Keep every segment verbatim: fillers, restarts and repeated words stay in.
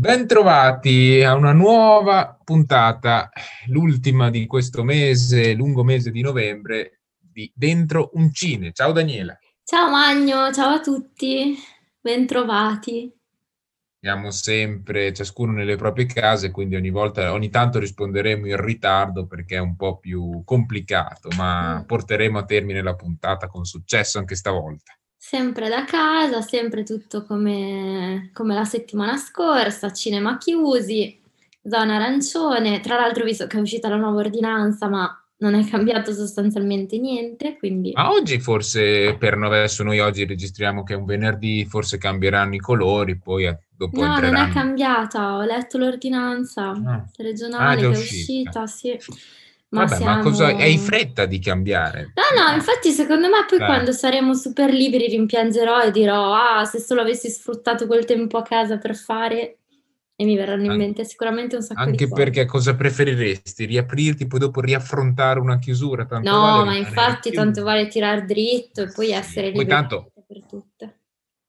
Bentrovati a una nuova puntata, l'ultima di questo mese, lungo mese di novembre, di Dentro un Cine. Ciao Daniela. Ciao Magno, ciao a tutti, bentrovati. Siamo sempre ciascuno nelle proprie case, quindi ogni volta, ogni tanto risponderemo in ritardo perché è un po' più complicato, ma Mm, porteremo a termine la puntata con successo anche stavolta. Sempre da casa, sempre tutto come, come la settimana scorsa, cinema chiusi, zona arancione. Tra l'altro ho visto che è uscita la nuova ordinanza, ma non è cambiato sostanzialmente niente, quindi Ma oggi forse, per noi adesso noi oggi registriamo che è un venerdì, forse cambieranno i colori, poi eh, dopo no, non è entreranno. cambiata. Ho letto l'ordinanza Ah, ah, è regionale già che è uscita. uscita, sì, ma Vabbè, ma cosa hai siamo... fretta di cambiare? No, no, Ma, infatti secondo me poi dai, quando saremo super liberi rimpiangerò e dirò, ah, se solo avessi sfruttato quel tempo a casa per fare, e mi verranno in an- mente sicuramente un sacco di anche cose. perché cosa preferiresti? Riaprirti, poi dopo riaffrontare una chiusura? Tanto vale No, ma rimanere infatti tanto chiusi. vale tirar dritto Ma e poi sì, essere poi liberi tanto per tutte.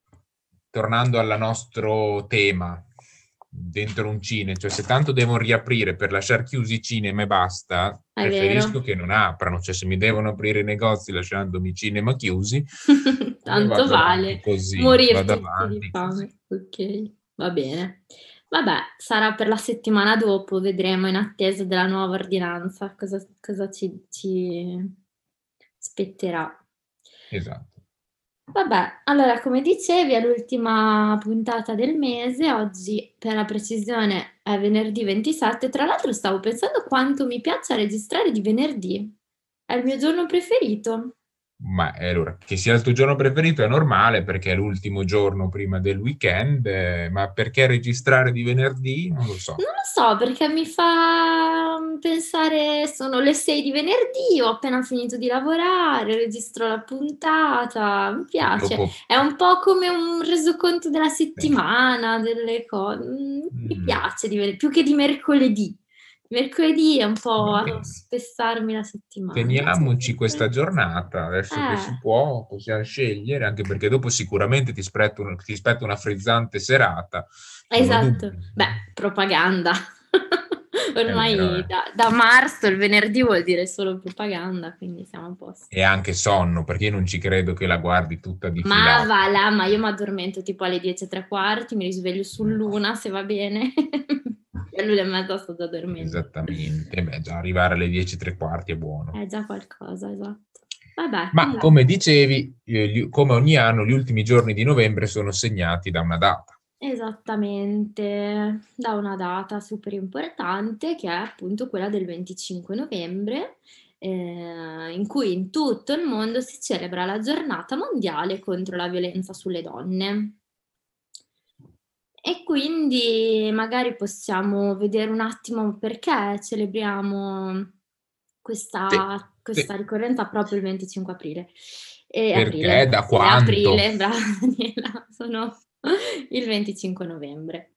tornando al nostro tema, dentro un cine, cioè se tanto devono riaprire per lasciare chiusi i cinema e basta, È preferisco vero. che non aprano, cioè se mi devono aprire i negozi lasciandomi i cinema chiusi, io Tanto vado avanti vale così, morir vado tutti di avanti così. fame. Ok, va bene. Vabbè, sarà per la settimana dopo, vedremo in attesa della nuova ordinanza cosa, cosa ci, ci spetterà. Esatto. Vabbè, allora come dicevi è l'ultima puntata del mese, oggi per la precisione è venerdì ventisette, tra l'altro stavo pensando quanto mi piaccia registrare di venerdì, è il mio giorno preferito. Ma eh, allora, che sia il tuo giorno preferito è normale perché è l'ultimo giorno prima del weekend, eh, ma perché registrare di venerdì? Non lo so. Non lo so perché mi fa pensare, sono le sei di venerdì, ho appena finito di lavorare, registro la puntata, mi piace. Dopo, È un po' come un resoconto della eh, settimana, delle cose. Mm, Mi mm, piace di ven- più che di mercoledì. Mercoledì è un po' va a bene. spessarmi la settimana. Invece, Teniamoci questa giornata, adesso che eh, si può, possiamo scegliere, anche perché dopo sicuramente ti aspetta, un- ti aspetta una frizzante serata, non ho esatto. dubbi. Beh, propaganda. È vero, Ormai eh. da, da marzo il venerdì vuol dire solo propaganda, quindi siamo a posto. E anche sonno, perché io non ci credo che la guardi tutta di Ma filata. va là, ma io mi addormento tipo alle dieci e tre quarti, mi risveglio sull'una se va bene. E all'una e mezza sto già dormendo. Esattamente, beh, già arrivare alle dieci e tre quarti è buono. È già qualcosa, esatto. Vabbè, Ma comunque. come dicevi, eh, gli- come ogni anno, gli ultimi giorni di novembre sono segnati da una data. Esattamente, da una data super importante che è appunto quella del venticinque novembre, eh, in cui in tutto il mondo si celebra la giornata mondiale contro la violenza sulle donne. E quindi magari possiamo vedere un attimo perché celebriamo Sì, questa, questa sì. ricorrenza proprio il venticinque aprile. E Perché? aprile, Da sì, quanto? aprile, brava Daniela, sono il venticinque novembre.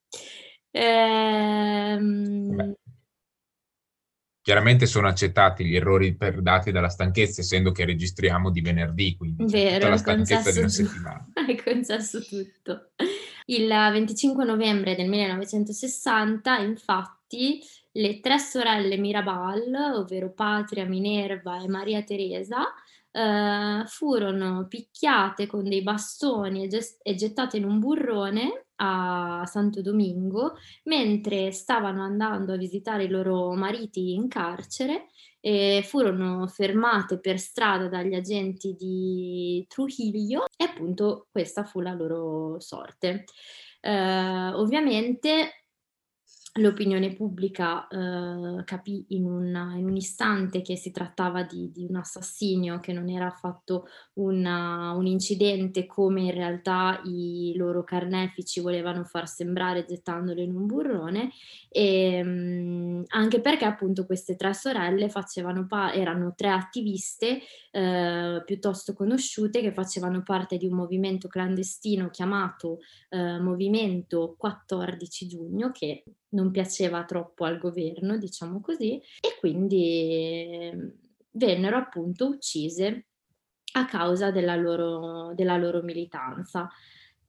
Ehm, Vabbè, chiaramente sono accettati gli errori per dati dalla stanchezza, essendo che registriamo di venerdì, quindi c'è tutta Vero, la hai stanchezza di concesso una tu, settimana. hai concesso tutto. Il venticinque novembre del millenovecentosessanta, infatti, le tre sorelle Mirabal, ovvero Patria, Minerva e Maria Teresa, eh, furono picchiate con dei bastoni e, ges- e gettate in un burrone a Santo Domingo mentre stavano andando a visitare i loro mariti in carcere e furono fermate per strada dagli agenti di Trujillo e appunto questa fu la loro sorte. Eh, ovviamente l'opinione pubblica eh, capì in un, in un istante che si trattava di, di un assassinio, che non era affatto una- un incidente come in realtà i loro carnefici volevano far sembrare gettandolo in un burrone e, mh, anche perché appunto queste tre sorelle facevano pa- erano tre attiviste eh, piuttosto conosciute che facevano parte di un movimento clandestino chiamato eh, Movimento quattordici giugno che non piaceva troppo al governo, diciamo così, e quindi eh, vennero appunto uccise a causa della loro, della loro militanza.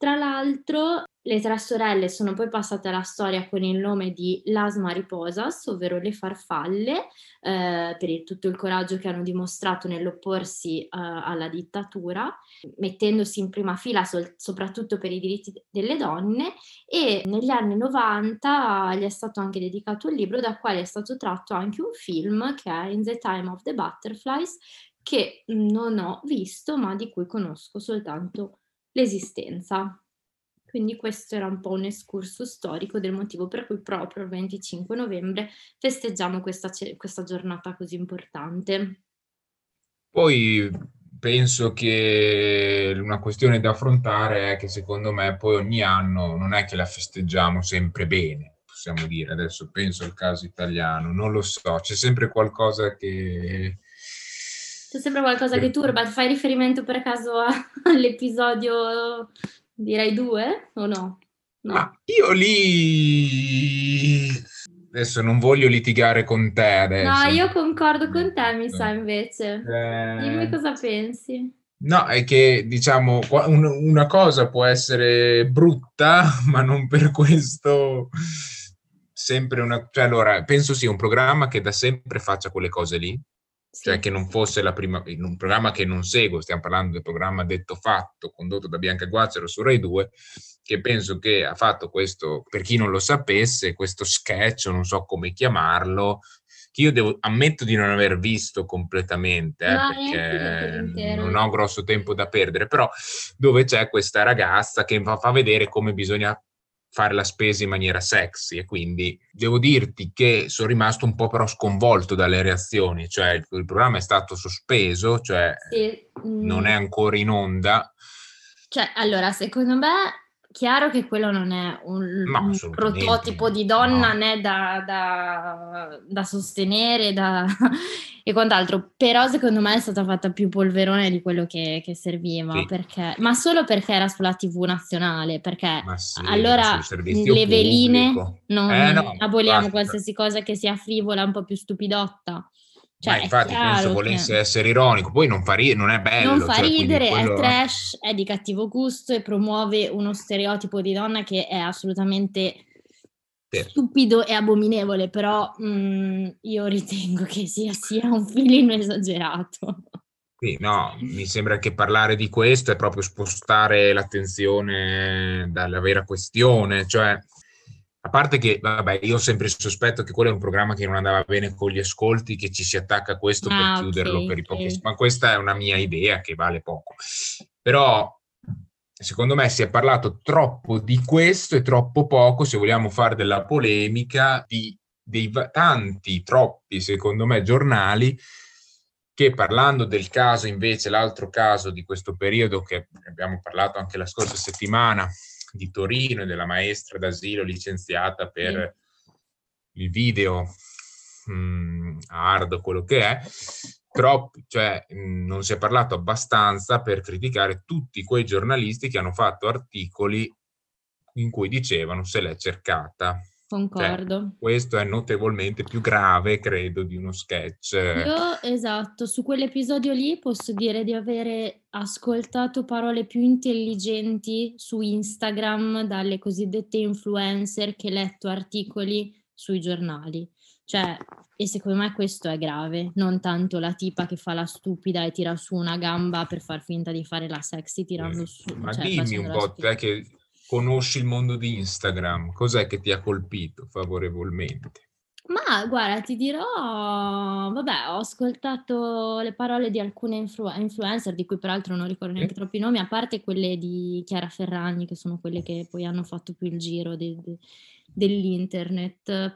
Tra l'altro le tre sorelle sono poi passate alla storia con il nome di Las Mariposas, ovvero le farfalle, eh, per il, tutto il coraggio che hanno dimostrato nell'opporsi eh, alla dittatura, mettendosi in prima fila sol- soprattutto per i diritti delle donne, e negli anni novanta gli è stato anche dedicato un libro da quale è stato tratto anche un film che è In the Time of the Butterflies, che non ho visto ma di cui conosco soltanto l'esistenza. Quindi questo era un po' un escurso storico del motivo per cui proprio il venticinque novembre festeggiamo questa, questa giornata così importante. Poi penso che una questione da affrontare è che secondo me poi ogni anno non è che la festeggiamo sempre bene, possiamo dire. Adesso penso al caso italiano, non lo so, c'è sempre qualcosa che... C'è sempre qualcosa che turba. Fai riferimento per caso all'episodio di Rai due o no? No. Ma io lì adesso non voglio litigare con te No, adesso. io concordo con te, mi sa invece. Dimmi Eh, cosa pensi. no, è che diciamo qua- un- una cosa può essere brutta, ma non per questo sempre una... Cioè, allora, penso sia un programma che da sempre faccia quelle cose lì, cioè Sì. che non fosse la prima, in un programma che non seguo, stiamo parlando del programma Detto Fatto, condotto da Bianca Guazzero su Rai due, che penso che ha fatto questo, per chi non lo sapesse, questo sketch, non so come chiamarlo, che io devo, ammetto di non aver visto completamente, eh, No, neanche io per perché intero. non ho grosso tempo da perdere, però dove c'è questa ragazza che fa, fa vedere come bisogna fare la spesa in maniera sexy, e quindi devo dirti che sono rimasto un po' però sconvolto dalle reazioni, cioè il, il programma è stato sospeso, cioè Sì, non mm, è ancora in onda. cioè, allora, secondo me, chiaro che quello non è un, No, un assolutamente prototipo no. di donna No. né da, da- da sostenere da- e quant'altro, però secondo me è stata fatta più polverone di quello che, che serviva, Sì, perché, ma solo perché era sulla T V nazionale, perché ma sì, ma allora sul servizio le veline pubblico. non, Eh non no, aboliamo infatti, cioè, qualsiasi cosa che sia frivola, un po' più stupidotta. ma Cioè, è infatti penso chiaro volesse che... essere ironico, poi non, fa ri- non è Non bello, fa cioè, quindi ridere, è quello... trash, è di cattivo gusto e promuove uno stereotipo di donna che è assolutamente Sì. stupido e abominevole, però mm, io ritengo che sia, sia un filino esagerato. Sì, no, mi sembra che parlare di questo è proprio spostare l'attenzione dalla vera questione, cioè, a parte che, vabbè, io ho sempre il sospetto che quello è un programma che non andava bene con gli ascolti, che ci si attacca a questo per Ah, ok, chiuderlo per i pochi, ok. ma questa è una mia idea che vale poco. Però, secondo me, si è parlato troppo di questo e troppo poco, se vogliamo fare della polemica, di dei va- tanti, troppi, secondo me, giornali che parlando del caso, invece, l'altro caso di questo periodo che abbiamo parlato anche la scorsa settimana di Torino e della maestra d'asilo licenziata Sì. per il video mh, hard, quello che è, troppi, cioè mh, non si è parlato abbastanza per criticare tutti quei giornalisti che hanno fatto articoli in cui dicevano se l'è cercata. Cioè, Concordo. questo è notevolmente più grave, credo, di uno sketch. Io, esatto, su quell'episodio lì posso dire di avere ascoltato parole più intelligenti su Instagram dalle cosiddette influencer che letto articoli sui giornali. Cioè, e secondo me questo è grave, non tanto la tipa che fa la stupida e tira su una gamba per far finta di fare la sexy tirando su, Ma cioè dimmi un facendo la po', stupida. te che conosci il mondo di Instagram, cos'è che ti ha colpito favorevolmente? Ma guarda, ti dirò, vabbè, ho ascoltato le parole di alcune influ- influencer, di cui peraltro non ricordo Sì? neanche troppi nomi, a parte quelle di Chiara Ferragni, che sono quelle che poi hanno fatto più il giro de- de- dell'internet,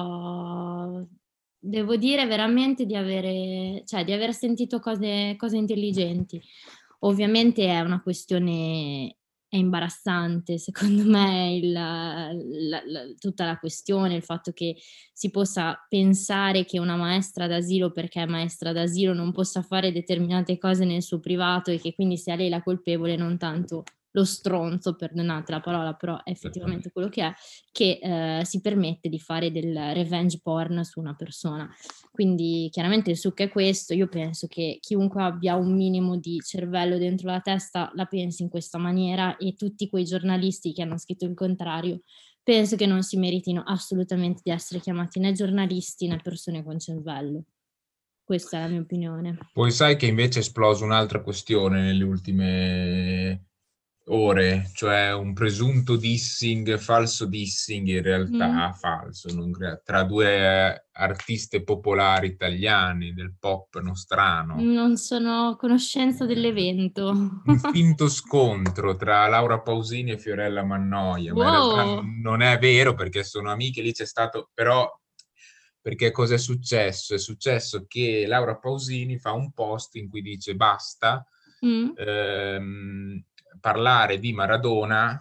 però devo dire veramente di avere, cioè, di aver sentito cose, cose intelligenti. Ovviamente è una questione, è imbarazzante, secondo me, il- la- la- tutta la questione, il fatto che si possa pensare che una maestra d'asilo, perché è maestra d'asilo, non possa fare determinate cose nel suo privato e che quindi sia lei la colpevole, non tanto lo stronzo, perdonate la parola, però è effettivamente quello che è, che eh, si permette di fare del revenge porn su una persona. Quindi chiaramente il succo è questo. Io penso che chiunque abbia un minimo di cervello dentro la testa la pensi in questa maniera, e tutti quei giornalisti che hanno scritto il contrario penso che non si meritino assolutamente di essere chiamati né giornalisti né persone con cervello. Questa è la mia opinione. Poi sai che invece è esplosa un'altra questione nelle ultime ore, cioè un presunto dissing, falso dissing, in realtà Mm. falso, non crea- tra due artiste popolari italiani del pop nostrano. Non sono a conoscenza dell'evento. Un finto scontro tra Laura Pausini e Fiorella Mannoia, ma in realtà Wow! non è vero, perché sono amiche, lì c'è stato, però, perché cosa è successo? È successo che Laura Pausini fa un post in cui dice basta Mm. ehm, parlare di Maradona,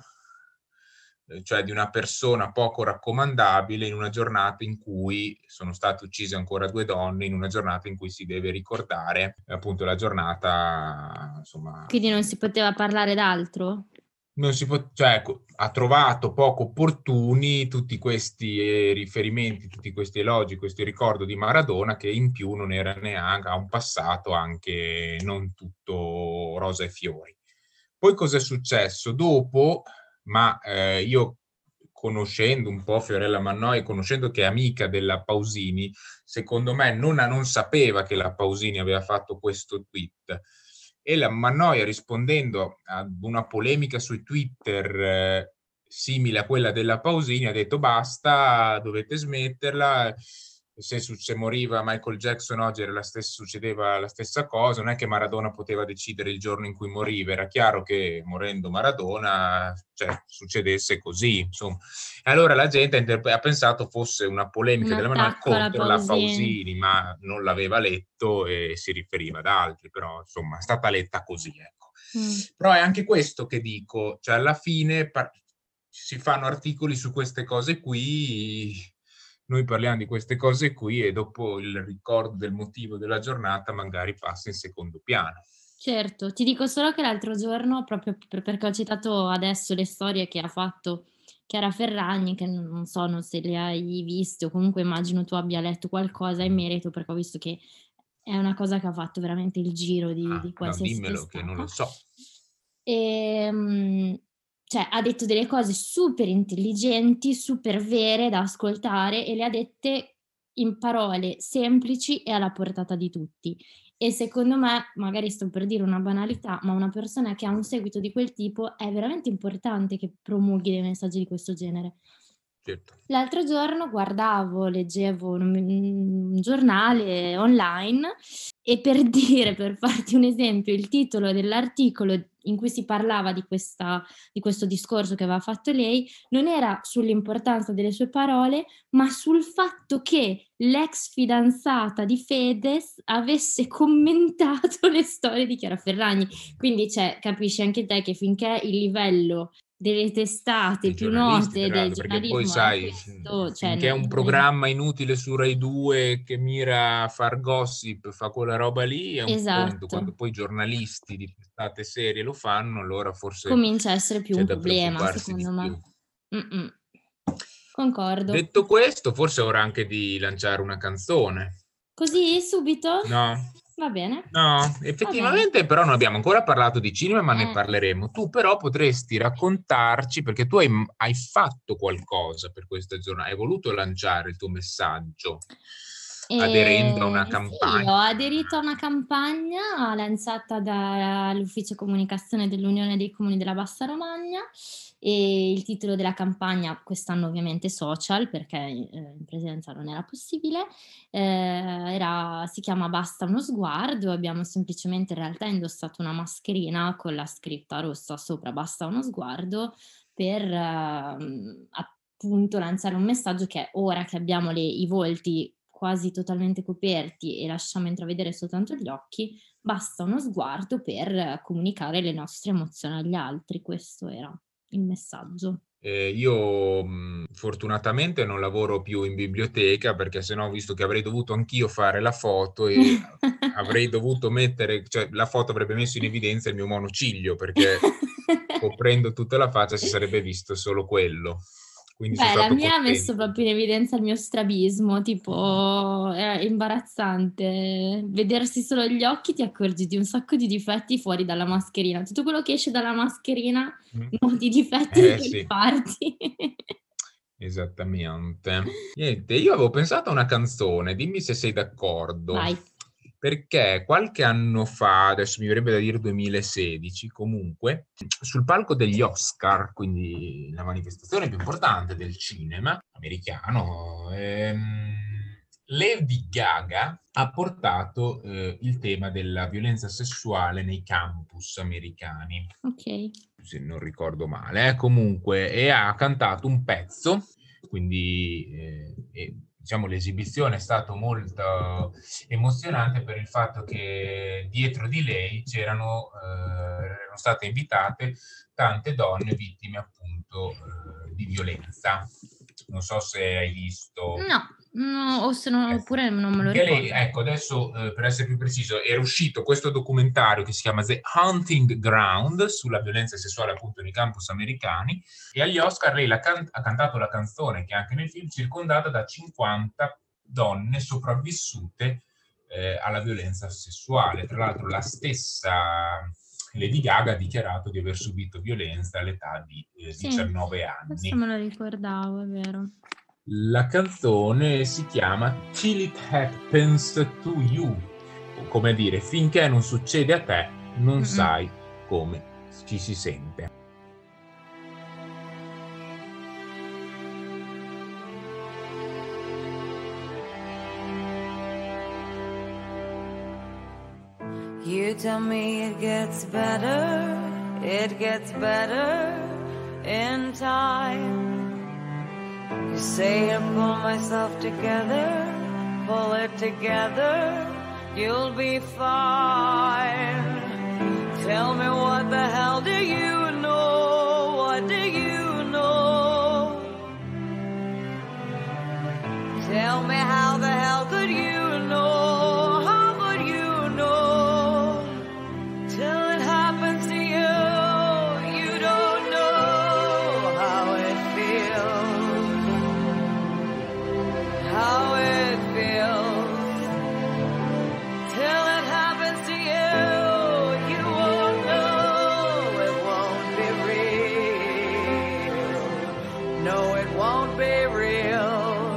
eh, cioè di una persona poco raccomandabile, in una giornata in cui sono state uccise ancora due donne, in una giornata in cui si deve ricordare appunto la giornata, insomma, Quindi non si poteva parlare d'altro? non si può, cioè, ha trovato poco opportuni tutti questi eh, riferimenti, tutti questi elogi, questo ricordo di Maradona, che in più non era neanche, ha un passato anche non tutto rosa e fiori. Poi cosa è successo? Dopo, ma eh, io conoscendo un po' Fiorella Mannoia, conoscendo che è amica della Pausini, secondo me non, non sapeva che la Pausini aveva fatto questo tweet. E la Mannoia, rispondendo ad una polemica su Twitter eh, simile a quella della Pausini, ha detto basta, dovete smetterla. Se, se moriva Michael Jackson oggi era la stessa, succedeva la stessa cosa, non è che Maradona poteva decidere il giorno in cui moriva, era chiaro che morendo Maradona, cioè, succedesse così, insomma. E allora la gente ha pensato fosse una polemica Un della Mannoia attacco alla contro la Pausini. Pausini, ma non l'aveva letto e si riferiva ad altri, però insomma è stata letta così, ecco. Mm. Però è anche questo che dico, cioè alla fine par- si fanno articoli su queste cose qui, noi parliamo di queste cose qui e dopo il ricordo del motivo della giornata magari passa in secondo piano. Certo, ti dico solo che l'altro giorno, proprio per- perché ho citato adesso le storie che ha fatto Chiara Ferragni, che non non so non se le hai viste, o comunque immagino tu abbia letto qualcosa in merito, perché ho visto che è una cosa che ha fatto veramente il giro di, Ah, di no, qualsiasi dimmelo che non lo testata. so. E, cioè, ha detto delle cose super intelligenti, super vere da ascoltare, e le ha dette in parole semplici e alla portata di tutti. E secondo me, magari sto per dire una banalità, ma una persona che ha un seguito di quel tipo è veramente importante che promulghi dei messaggi di questo genere. Certo. L'altro giorno guardavo, leggevo un, un giornale online, e per dire, per farti un esempio, il titolo dell'articolo in cui si parlava di, questa, di questo discorso che aveva fatto lei non era sull'importanza delle sue parole, ma sul fatto che l'ex fidanzata di Fedez avesse commentato le storie di Chiara Ferragni. Quindi, cioè, capisci anche te che finché il livello delle testate Dei più giornalisti, note tra del l'altro, perché poi giornalismo è sai, questo, cioè, finché è un non- programma inutile su Rai due che mira a far gossip, fa quella roba lì, è un conto. esatto, Quando poi i giornalisti di testate serie lo fanno, allora forse comincia a essere più c'è un da problema, preoccuparsi secondo di più. me. Mm-mm. Concordo. Detto questo, forse è ora anche di lanciare una canzone. Così subito? No? Va bene, No, va bene. effettivamente però non abbiamo ancora parlato di cinema, ma ne Eh, parleremo. Tu però potresti raccontarci, perché tu hai, hai fatto qualcosa per questa giornata, hai voluto lanciare il tuo messaggio aderendo a una E sì, ho campagna. aderito a una campagna lanciata dall'Ufficio Comunicazione dell'Unione dei Comuni della Bassa Romagna, e il titolo della campagna, quest'anno ovviamente social, perché eh, in presenza non era possibile, eh, era, si chiama Basta uno sguardo. Abbiamo semplicemente in realtà indossato una mascherina con la scritta rossa sopra Basta uno sguardo, per eh, appunto lanciare un messaggio che ora che abbiamo le, i volti quasi totalmente coperti e lasciamo intravedere soltanto gli occhi, basta uno sguardo per comunicare le nostre emozioni agli altri. Questo era il messaggio. Eh, io mh, fortunatamente non lavoro più in biblioteca, perché sennò, visto che avrei dovuto anch'io fare la foto e avrei dovuto mettere, cioè la foto avrebbe messo in evidenza il mio monociglio, perché coprendo tutta la faccia si sarebbe visto solo quello. Quindi Beh, sono la stato mia ha contento. messo proprio in evidenza il mio strabismo, tipo è imbarazzante. Vedersi solo gli occhi ti accorgi di un sacco di difetti fuori dalla mascherina. Tutto quello che esce dalla mascherina, Mm. noti difetti Eh, e sì. farti. Esattamente. Niente, io avevo pensato a una canzone, dimmi se sei d'accordo. Vai. Perché qualche anno fa, adesso mi verrebbe da dire duemilasedici, comunque, sul palco degli Oscar, quindi la manifestazione più importante del cinema americano, ehm, Lady Gaga ha portato eh, il tema della violenza sessuale nei campus americani. Ok. Se non ricordo male, eh, comunque, e ha cantato un pezzo, quindi eh, e, diciamo l'esibizione è stata molto emozionante per il fatto che dietro di lei c'erano eh, erano state invitate tante donne vittime appunto eh, di violenza. Non so se hai visto. No, no, o se no, Eh, oppure non me lo Anche ricordo. lei, ecco, adesso eh, per essere più preciso, era uscito questo documentario che si chiama The Hunting Ground sulla violenza sessuale appunto nei campus americani, e agli Oscar lei la can- ha cantato la canzone che è anche nel film, circondata da cinquanta donne sopravvissute eh, alla violenza sessuale. Tra l'altro la stessa Lady Gaga ha dichiarato di aver subito violenza all'età di eh, Sì, diciannove anni. questo me lo ricordavo, è vero. La canzone si chiama Till It Happens to You, come dire, finché non succede a te, non Mm-mm. sai come ci si sente. You tell me it gets better, it gets better in time. You say I pull myself together, pull it together, you'll be fine. Tell me what the hell do you know, what do you know? Tell me how the hell could you know, how could you know? Till it happens to you, you don't know how it feels, how it feels. Till it happens to you, you won't know, it won't be real. No, it won't be real.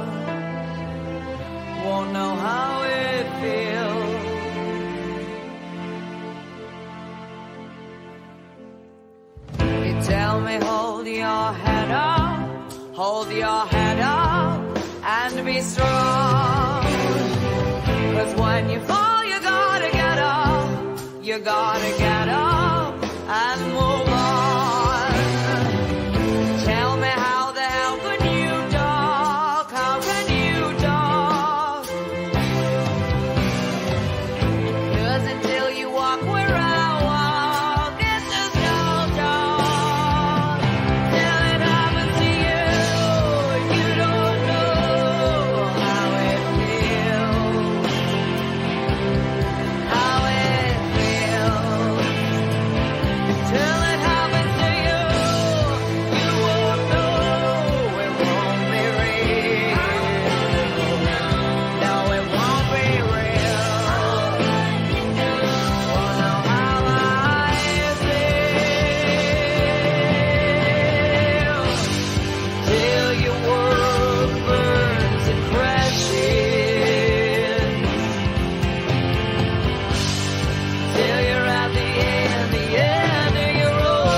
Won't know how it feels. You tell me hold your head up, hold your head up and be strong. 'Cause when you fall you gotta get up, you gotta get up and move on. Tell me how the hell could you talk, how can you talk? 'Cause until you walk where I walk, it's just no talk. Till it happens to you, you don't know how it feels, how it feels. Till it happens to you, you won't know, it won't be real. No, it won't be real. Won't know how I feel. Till your world burns and crashes. Till you're at the end, the end of your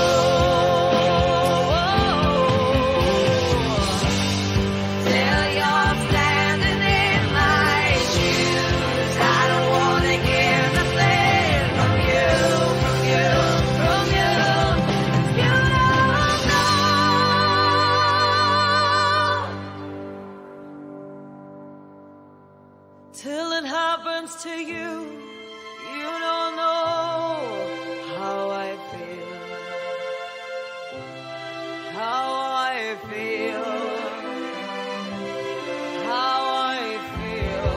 road. Till you're standing in my shoes. I don't wanna hear nothing from you, from you, from you. You don't know. Till it happens to you, you don't know how I feel, how I feel, how I feel.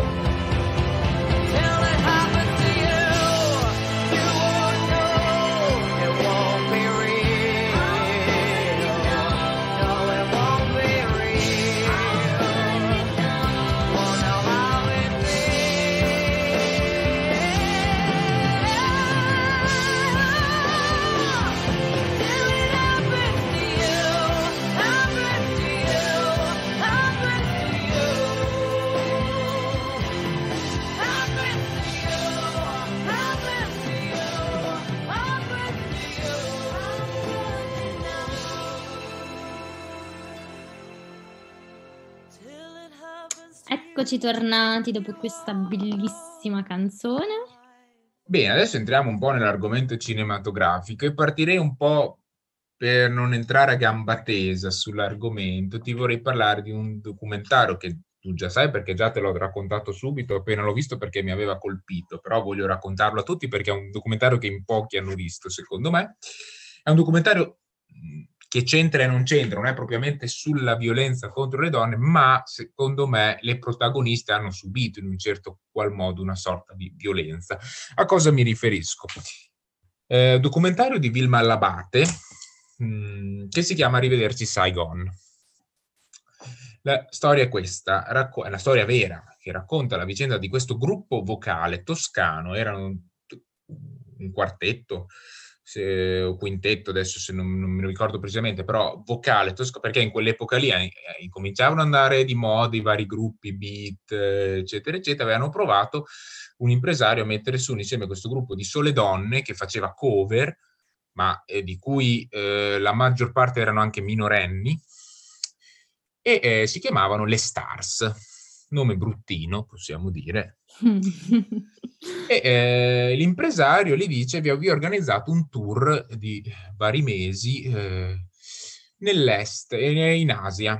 Till it happens to you, you won't know, it won't be real. Eccoci tornati dopo questa bellissima canzone. Bene, adesso entriamo un po' nell'argomento cinematografico e partirei un po', per non entrare a gamba tesa sull'argomento, ti vorrei parlare di un documentario che tu già sai perché già te l'ho raccontato subito, appena l'ho visto perché mi aveva colpito, però voglio raccontarlo a tutti perché è un documentario che in pochi hanno visto, secondo me. È un documentario che c'entra e non c'entra, non è propriamente sulla violenza contro le donne, ma secondo me le protagoniste hanno subito in un certo qual modo una sorta di violenza. A cosa mi riferisco? Eh, documentario di Vilma Allabate mh, che si chiama Arrivederci Saigon. La storia è questa, racco- è una storia vera che racconta la vicenda di questo gruppo vocale toscano, erano un, un quartetto se, o quintetto, adesso se non, non mi ricordo precisamente, però vocale toscano, perché in quell'epoca lì eh, incominciavano ad andare di moda i vari gruppi, beat, eh, eccetera, eccetera, avevano provato un impresario a mettere su insieme questo gruppo di sole donne che faceva cover, ma eh, di cui eh, la maggior parte erano anche minorenni, e eh, si chiamavano Le Stars, nome bruttino, possiamo dire. E eh, l'impresario gli dice: vi ho, vi ho organizzato un tour di vari mesi eh, nell'est e in Asia.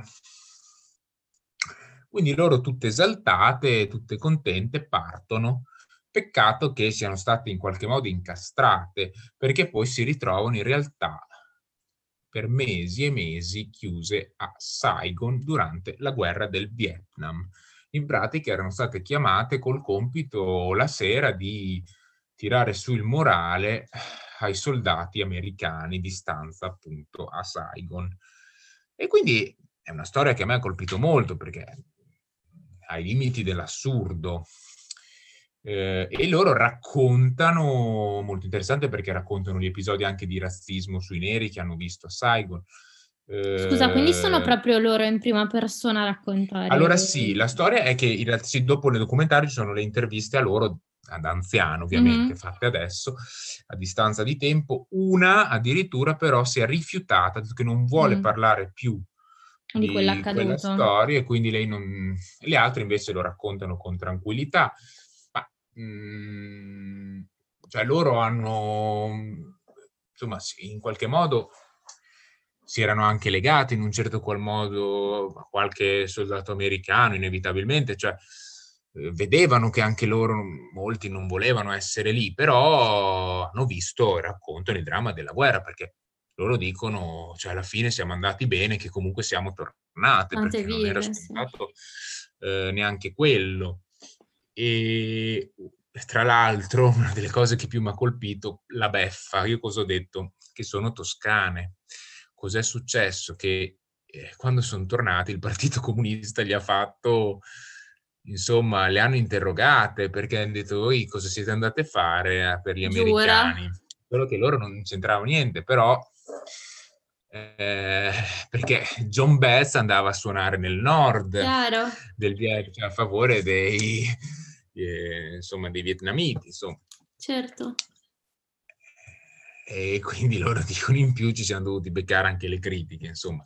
Quindi loro tutte esaltate, tutte contente, partono. Peccato che siano state in qualche modo incastrate, perché poi si ritrovano in realtà per mesi e mesi chiuse a Saigon durante la guerra del Vietnam. In pratica erano state chiamate col compito la sera di tirare su il morale ai soldati americani di stanza appunto a Saigon. E quindi è una storia che a me ha colpito molto perché ai limiti dell'assurdo. Eh, e loro raccontano, molto interessante perché raccontano gli episodi anche di razzismo sui neri che hanno visto a Saigon. Eh, Scusa, quindi sono proprio loro in prima persona a raccontare? Allora sì, la storia è che in realtà sì, dopo le documentario ci sono le interviste a loro, ad anziano ovviamente, Mhm. fatte adesso, a distanza di tempo. Una addirittura però si è rifiutata, ha detto che non vuole Mm. parlare più Di di quell'accaduto. quella storia e quindi lei non... Le altre invece lo raccontano con tranquillità. Ma, mm, cioè loro hanno, insomma, sì, in qualche modo si erano anche legati in un certo qual modo a qualche soldato americano, inevitabilmente, cioè eh, vedevano che anche loro, molti non volevano essere lì, però hanno visto e raccontano il dramma della guerra, perché loro dicono, cioè alla fine siamo andati bene, che comunque siamo tornate, Tante perché non era vive, sì. scontato eh, neanche quello. E tra l'altro, una delle cose che più mi ha colpito, la beffa. Io cosa ho detto? Che sono toscane. Cos'è successo? Che eh, quando sono tornati il Partito Comunista gli ha fatto, insomma, le hanno interrogate perché hanno detto: voi cosa siete andate a fare eh, per gli Giura? americani? Solo che loro non c'entravano niente, però eh, perché John Baez andava a suonare nel nord Chiaro? del Vietnam, cioè a favore dei, eh, insomma, dei vietnamiti, insomma. Certo. E quindi loro dicono in più ci siamo dovuti beccare anche le critiche, insomma.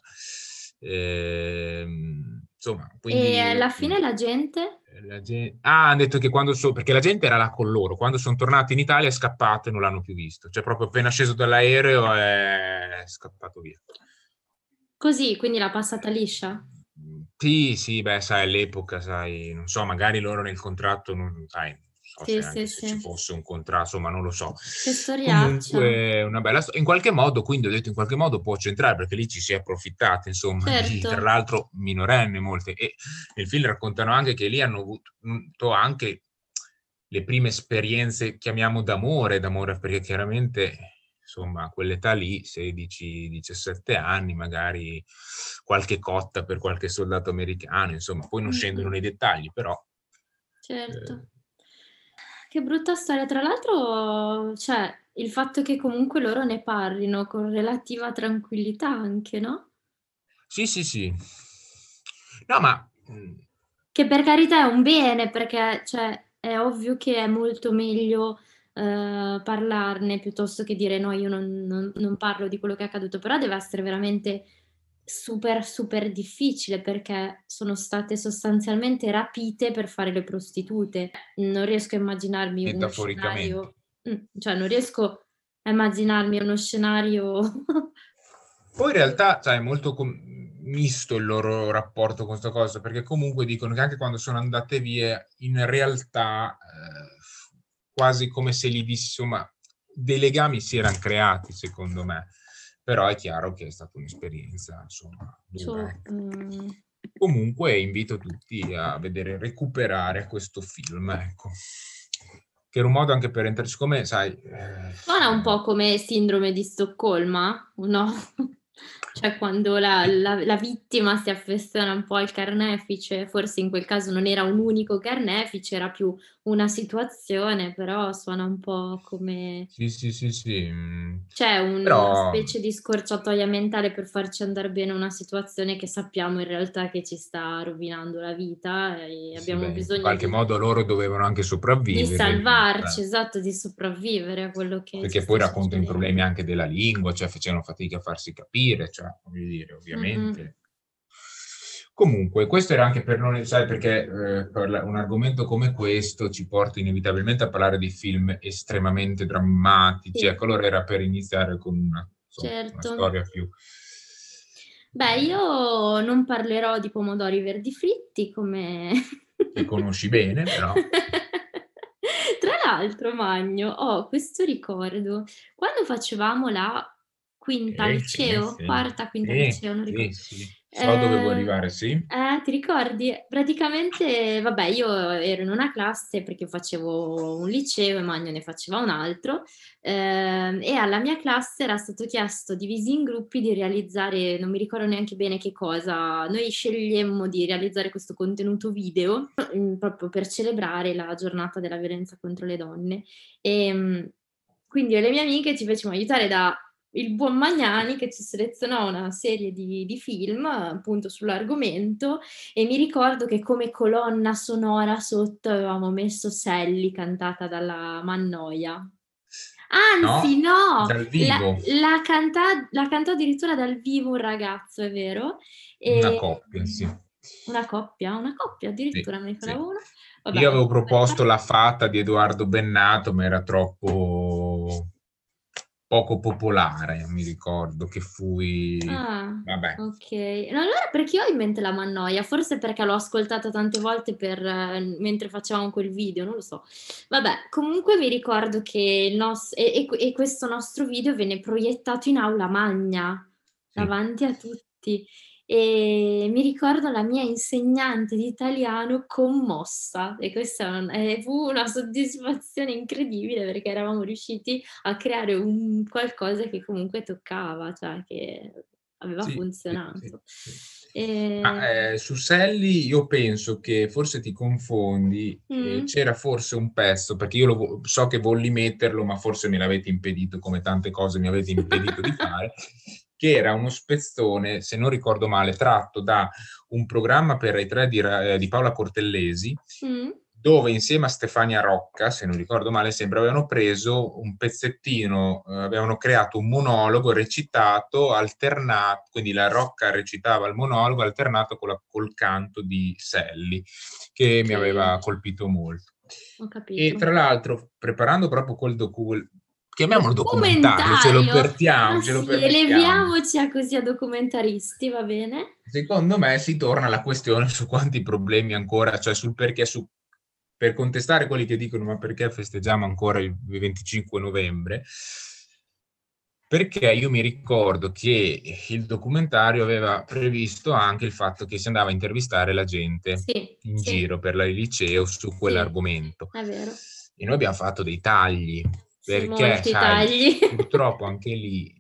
Ehm, insomma, quindi E alla fine la gente? la gente... Ah, hanno detto che quando so... perché la gente era là con loro, quando sono tornati in Italia è scappato e non l'hanno più visto, cioè proprio appena sceso dall'aereo è scappato via. Così, quindi l'ha passata liscia? Sì, sì, beh, sai, all'epoca, sai, non so, magari loro nel contratto, non sai, non so Sì, se sì, anche se ci sì. fosse un contratto, insomma, non lo so. Che storiaccia. Comunque, una bella storia. In qualche modo, quindi ho detto, in qualche modo può centrare, perché lì ci si è approfittati, insomma, di, tra Certo. l'altro, minorenne molte. E nel film raccontano anche che lì hanno avuto anche le prime esperienze, chiamiamo d'amore, d'amore, perché chiaramente insomma, a quell'età lì, sedici diciassette anni, magari qualche cotta per qualche soldato americano, insomma, poi non scendono nei dettagli, però... Certo. Eh... Che brutta storia. Tra l'altro, cioè, il fatto che comunque loro ne parlino con relativa tranquillità anche, no? Sì, sì, sì. No, ma... Che per carità è un bene, perché, cioè, è ovvio che è molto meglio eh, parlarne piuttosto che dire no, io non, non, non parlo di quello che è accaduto, però deve essere veramente super, super difficile perché sono state sostanzialmente rapite per fare le prostitute. Non riesco a immaginarmi uno Metaforicamente. scenario, mm, cioè non riesco a immaginarmi uno scenario. Poi in realtà, sai, è molto com- misto il loro rapporto con questa cosa, perché comunque dicono che anche quando sono andate via, in realtà eh, quasi come se gli dissi, insomma, dei legami si erano creati, secondo me. Però è chiaro che è stata un'esperienza, insomma, dura. Cioè, Ecco. mm, Comunque invito tutti a vedere, recuperare questo film, ecco. Che era un modo anche per entrare, siccome, sai... eh, suona un po' come sindrome di Stoccolma, no? Cioè quando la, la- la vittima si affeziona un po' al carnefice, forse in quel caso non era un unico carnefice, era più una situazione, però suona un po' come Sì, sì, sì, sì. mm, c'è una Però specie di scorciatoia mentale per farci andare bene una situazione che sappiamo in realtà che ci sta rovinando la vita e sì, abbiamo beh, in bisogno qualche di, modo loro dovevano anche di sopravvivere lì, salvarci, cioè, esatto, di sopravvivere a quello che ci perché sta poi raccontano i succedendo. problemi anche della lingua, cioè facevano fatica a farsi capire, cioè, voglio dire, Mm-mm. ovviamente. Comunque, questo era anche per non, sai, perché eh, parla- un argomento come questo ci porta inevitabilmente a parlare di film estremamente drammatici, Sì, ecco, allora era per iniziare con una, insomma, una certo. storia più... Beh, io non parlerò di pomodori verdi fritti come... che conosci bene, però... Tra l'altro, Magno, ho questo ricordo. Quando facevamo la quinta Sì, sì, liceo, sì, quarta, quinta sì, liceo, non sì, ricordo. sì. So dove vuoi Eh, arrivare, sì. eh, ti ricordi? Praticamente, vabbè, io ero in una classe perché facevo un liceo e Magno ne faceva un altro, ehm, e alla mia classe era stato chiesto, divisi in gruppi, di realizzare, non mi ricordo neanche bene che cosa, noi scegliemmo di realizzare questo contenuto video mm, proprio per celebrare la giornata della violenza contro le donne. E, mm, quindi io e le mie amiche ci facciamo aiutare da il buon Magnani che ci selezionò una serie di, di film appunto sull'argomento e mi ricordo che come colonna sonora sotto avevamo messo Sally cantata dalla Mannoia. Anzi, No? no, Dal la, vivo, la canta- la cantò addirittura dal vivo un ragazzo, è vero? una E, coppia, sì. una coppia, una coppia Sì, addirittura, me ne sì. falava una. Io Vabbè, avevo proposto La Fata di Edoardo Bennato, ma era troppo poco popolare, mi ricordo che fui... ah, Vabbè, ok. No, allora perché io ho in mente la Mannoia? Forse perché l'ho ascoltata tante volte per, eh, mentre facevamo quel video, non lo so. Vabbè, comunque mi ricordo che il nos- e, e- e questo nostro video venne proiettato in aula magna, sì. davanti a tutti. E mi ricordo la mia insegnante di italiano commossa e questa è un- eh, fu una soddisfazione incredibile perché eravamo riusciti a creare un qualcosa che comunque toccava, cioè che aveva Sì, sì, sì, funzionato. sì. E... Ma, eh, su Sally io penso che forse ti confondi, eh, Mm, c'era forse un pezzo, perché io lo vo- so che volli metterlo, ma forse me l'avete impedito, come tante cose mi avete impedito di fare, che era uno spezzone, se non ricordo male, tratto da un programma per Rai tre di, Ra- eh, di Paola Cortellesi, mm, dove insieme a Stefania Rocca, se non ricordo male, sembra avevano preso un pezzettino, eh, avevano creato un monologo recitato, alternato, quindi la Rocca recitava il monologo alternato con la- col canto di Selli, che mi aveva ok, colpito molto. ho E capito. tra l'altro, preparando proprio quel docu, chiamiamolo documentario, ce lo Documentario! permettiamo, Ma ce lo sì, permettiamo. eleviamoci a così a documentaristi, va bene? Secondo me si torna alla questione su quanti problemi ancora, cioè sul perché, su, per contestare quelli che dicono ma perché festeggiamo ancora il venticinque novembre, perché io mi ricordo che il documentario aveva previsto anche il fatto che si andava a intervistare la gente Sì, in sì, giro per il liceo su sì, quell'argomento. è vero. E noi abbiamo fatto dei tagli, Sì, perché, molti sai, tagli. purtroppo anche lì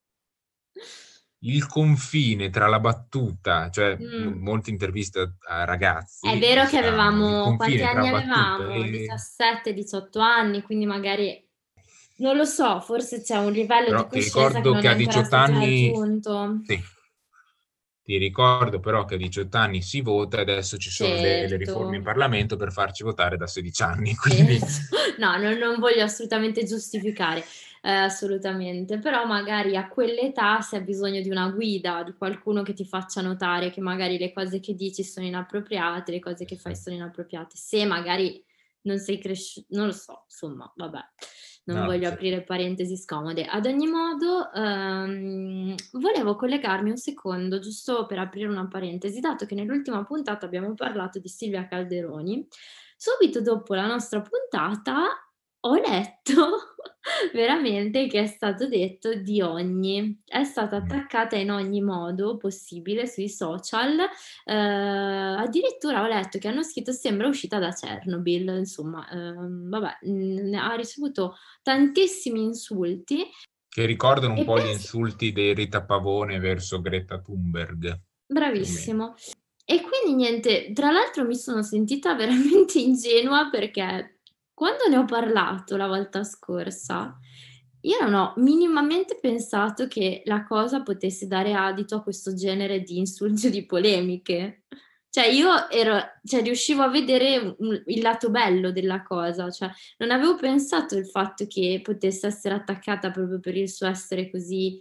il confine tra la battuta, cioè m- Mm. molte interviste a È ragazzi, vero che diciamo, il avevamo, quanti confine tra anni battuta avevamo? e... diciassette diciotto anni, quindi magari, non lo so, forse c'è un livello di Però ti coscienza che ricordo non che è a ancora diciotto stato anni, raggiunto. sì, ti ricordo però che a diciotto anni si vota e adesso ci sono le, le riforme in Certo. Parlamento per farci votare da sedici anni, quindi Certo. No, non, non voglio assolutamente giustificare. eh, assolutamente, però magari a quell'età si ha bisogno di una guida, di qualcuno che ti faccia notare che magari le cose che dici sono inappropriate, le cose che fai sono inappropriate. Se magari non sei cresciuto, non lo so, insomma, vabbè, non No, voglio sì. aprire parentesi scomode. Ad ogni modo, ehm, volevo collegarmi un secondo, giusto per aprire una parentesi, dato che nell'ultima puntata abbiamo parlato di Silvia Calderoni. Subito dopo la nostra puntata ho letto veramente che è stato detto di ogni, è stata attaccata in ogni modo possibile sui social, eh, addirittura ho letto che hanno scritto sembra uscita da Chernobyl, insomma, ehm, vabbè, mh, ha ricevuto tantissimi insulti Che ricordano un e po' gli penso, insulti di Rita Pavone verso Greta Thunberg, più o meno. bravissimo. E quindi niente, tra l'altro mi sono sentita veramente ingenua perché quando ne ho parlato la volta scorsa, io non ho minimamente pensato che la cosa potesse dare adito a questo genere di insulti o di polemiche. Cioè io ero, cioè riuscivo a vedere un- il lato bello della cosa, cioè non avevo pensato il fatto che potesse essere attaccata proprio per il suo essere così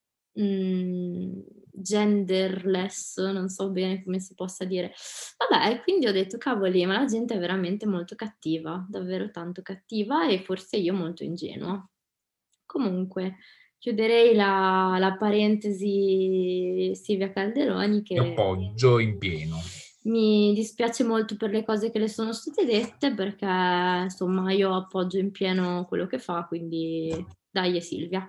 mm, genderless, non so bene come si possa dire. Vabbè, e quindi ho detto, cavoli, ma la gente è veramente molto cattiva, davvero tanto cattiva e forse io molto ingenua. Comunque, chiuderei la, la parentesi Silvia Calderoni Mi che appoggio in pieno. mi dispiace molto per le cose che le sono state dette perché insomma io appoggio in pieno quello che fa, quindi dai Silvia.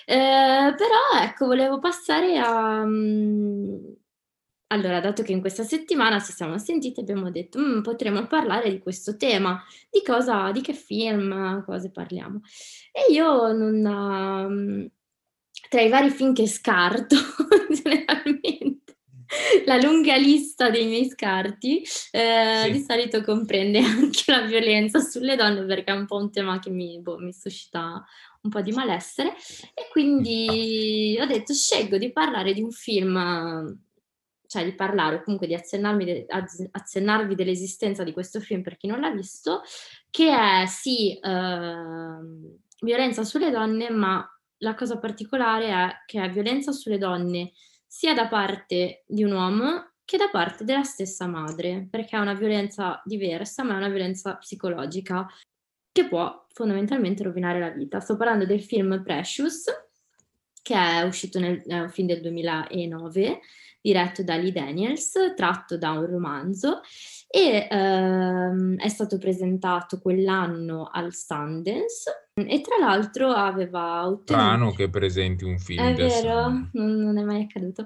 Eh, però ecco, volevo passare a... mm, allora, dato che in questa settimana ci siamo sentiti, abbiamo detto "Mm, potremmo parlare di questo tema, di cosa, di che film, cose parliamo. E io non... mm, tra i vari film che scarto, generalmente, la lunga lista dei miei scarti, eh, Sì. di solito comprende anche la violenza sulle donne perché è un po' un tema che mi, boh, mi suscita un po' di malessere e quindi ho detto scelgo di parlare di un film, cioè di parlare o comunque di accennarmi de- azz- accennarvi dell'esistenza di questo film per chi non l'ha visto, che è sì ehm, violenza sulle donne, ma la cosa particolare è che è violenza sulle donne sia da parte di un uomo che da parte della stessa madre, perché è una violenza diversa, ma è una violenza psicologica che può fondamentalmente rovinare la vita. Sto parlando del film Precious, che è uscito nel, è un film del duemilanove, diretto da Lee Daniels, tratto da un romanzo e ehm, è stato presentato quell'anno al Sundance e tra l'altro aveva ottenuto... Strano che presenti un film È del vero, Sundance. non, non è mai accaduto.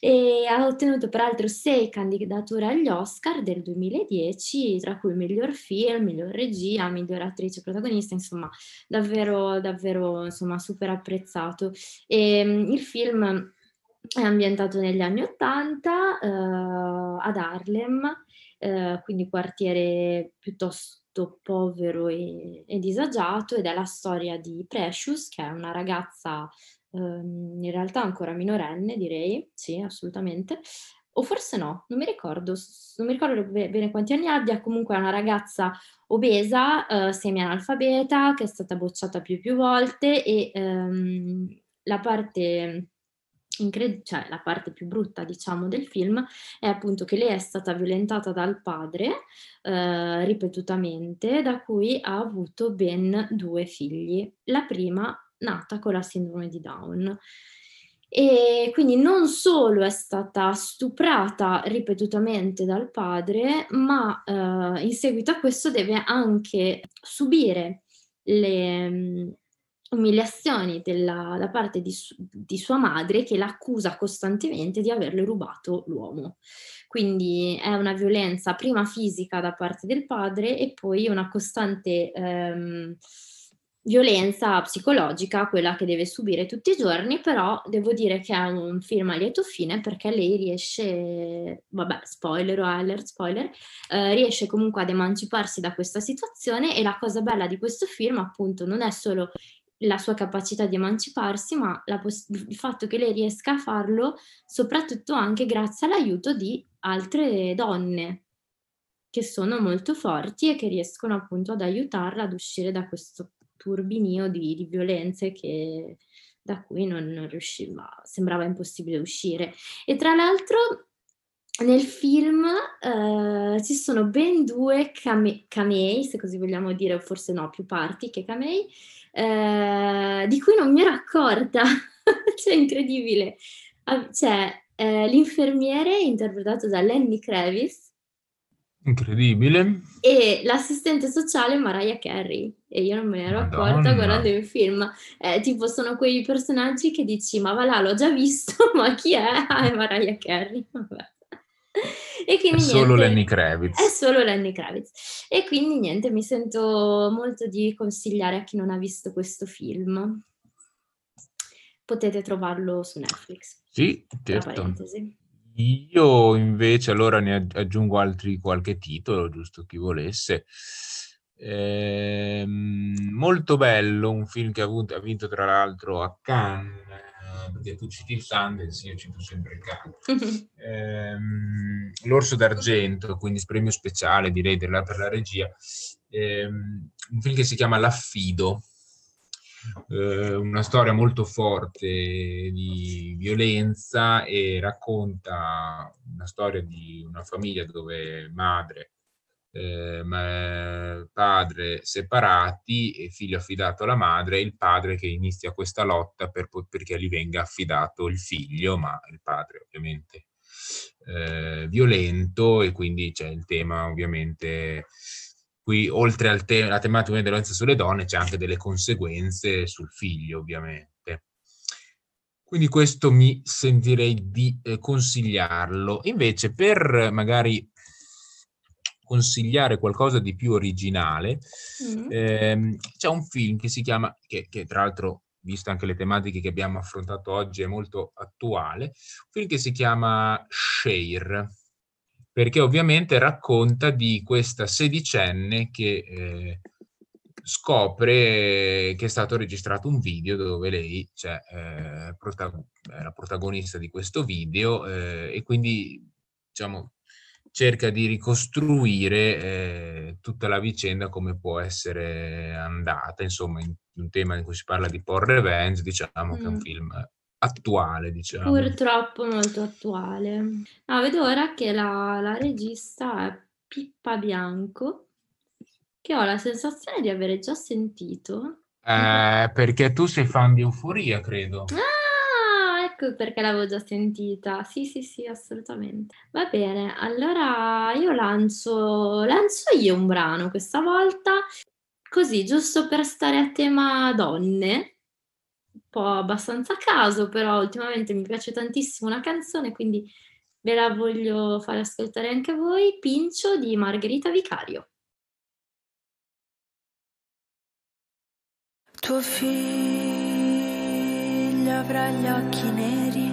E ha ottenuto peraltro sei candidature agli Oscar del duemiladieci, tra cui miglior film, miglior regia, miglior attrice protagonista, insomma, davvero, davvero, insomma, super apprezzato. E, mm, il film è ambientato negli anni Ottanta, eh, ad Harlem, eh, quindi quartiere piuttosto povero e, e disagiato, ed è la storia di Precious, che è una ragazza ehm, in realtà ancora minorenne, direi, sì, assolutamente. O forse no, non mi ricordo, s- non mi ricordo be- bene quanti anni abbia, comunque è una ragazza obesa, eh, semi-analfabeta, che è stata bocciata più e più volte e ehm, la parte... incred- cioè la parte più brutta, diciamo, del film è appunto che lei è stata violentata dal padre eh, ripetutamente, da cui ha avuto ben due figli. La prima nata con la sindrome di Down. E quindi non solo è stata stuprata ripetutamente dal padre, ma eh, in seguito a questo deve anche subire le mh, umiliazioni della- da parte di, su- di sua madre che l'accusa costantemente di averle rubato l'uomo. Quindi è una violenza prima fisica da parte del padre e poi una costante ehm, violenza psicologica, quella che deve subire tutti i giorni, però devo dire che è un film a lieto fine perché lei riesce, vabbè, spoiler o alert, spoiler, eh, riesce comunque ad emanciparsi da questa situazione e la cosa bella di questo film appunto non è solo la sua capacità di emanciparsi, ma la poss- il fatto che lei riesca a farlo soprattutto anche grazie all'aiuto di altre donne che sono molto forti e che riescono appunto ad aiutarla ad uscire da questo turbinio di, di violenze che, da cui non, non riusciva, sembrava impossibile uscire. E tra l'altro nel film eh, ci sono ben due came- camei, se così vogliamo dire, o forse no, più parti che camei, eh, di cui non mi ero accorta. Cioè, incredibile. Ah, c'è eh, l'infermiere interpretato da Lenny Kravitz, incredibile, e l'assistente sociale Mariah Carey, e io non me ne ero accorta Madonna. guardando il film. Eh, tipo sono quei personaggi che dici ma va là, l'ho già visto, ma chi è? Ah, è Mariah Carey. Vabbè. E quindi è solo niente, Lenny Kravitz. è solo Lenny Kravitz. E quindi niente, mi sento molto di consigliare a chi non ha visto questo film. Potete trovarlo su Netflix. Sì, Tra certo. parentesi. Io invece allora ne agg- aggiungo altri qualche titolo, giusto chi volesse. Ehm, molto bello, un film che ha, avuto- ha vinto tra l'altro a Cannes, eh, perché tu citi il Sundance, io cito sempre il Cannes. Ehm, L'Orso d'Argento, quindi premio speciale direi della- per la regia. Ehm, un film che si chiama L'Affido. Eh, una storia molto forte di violenza, e racconta una storia di una famiglia dove madre, eh, ma- padre separati e figlio affidato alla madre, e il padre che inizia questa lotta per, po- perché gli venga affidato il figlio, ma il padre ovviamente eh, violento, e quindi c'è il tema ovviamente. Qui, oltre al te- alla tematica della violenza sulle donne, c'è anche delle conseguenze sul figlio, ovviamente. Quindi questo mi sentirei di eh, consigliarlo. Invece, per magari consigliare qualcosa di più originale, Mm. ehm, c'è un film che si chiama, che, che tra l'altro, visto anche le tematiche che abbiamo affrontato oggi, è molto attuale, un film che si chiama Share, perché ovviamente racconta di questa sedicenne che eh, scopre che è stato registrato un video dove lei, cioè, eh, protago- è la protagonista di questo video, eh, e quindi, diciamo, cerca di ricostruire eh, tutta la vicenda, come può essere andata, insomma, in un tema in cui si parla di porn revenge, diciamo che è un Mm. film attuale, diciamo. Purtroppo molto attuale. No, vedo ora che la, la regista è Pippa Bianco, che ho la sensazione di avere già sentito. Eh, perché tu sei fan di Euforia, credo. Ah, ecco perché l'avevo già sentita. Sì, sì, sì, assolutamente. Va bene, allora io lancio, lancio io un brano questa volta, così, giusto per stare a tema donne. Un po' abbastanza a caso, però ultimamente mi piace tantissimo una canzone, quindi ve la voglio fare ascoltare anche a voi. Pincio di Margherita Vicario. Tuo figlio avrà gli occhi neri,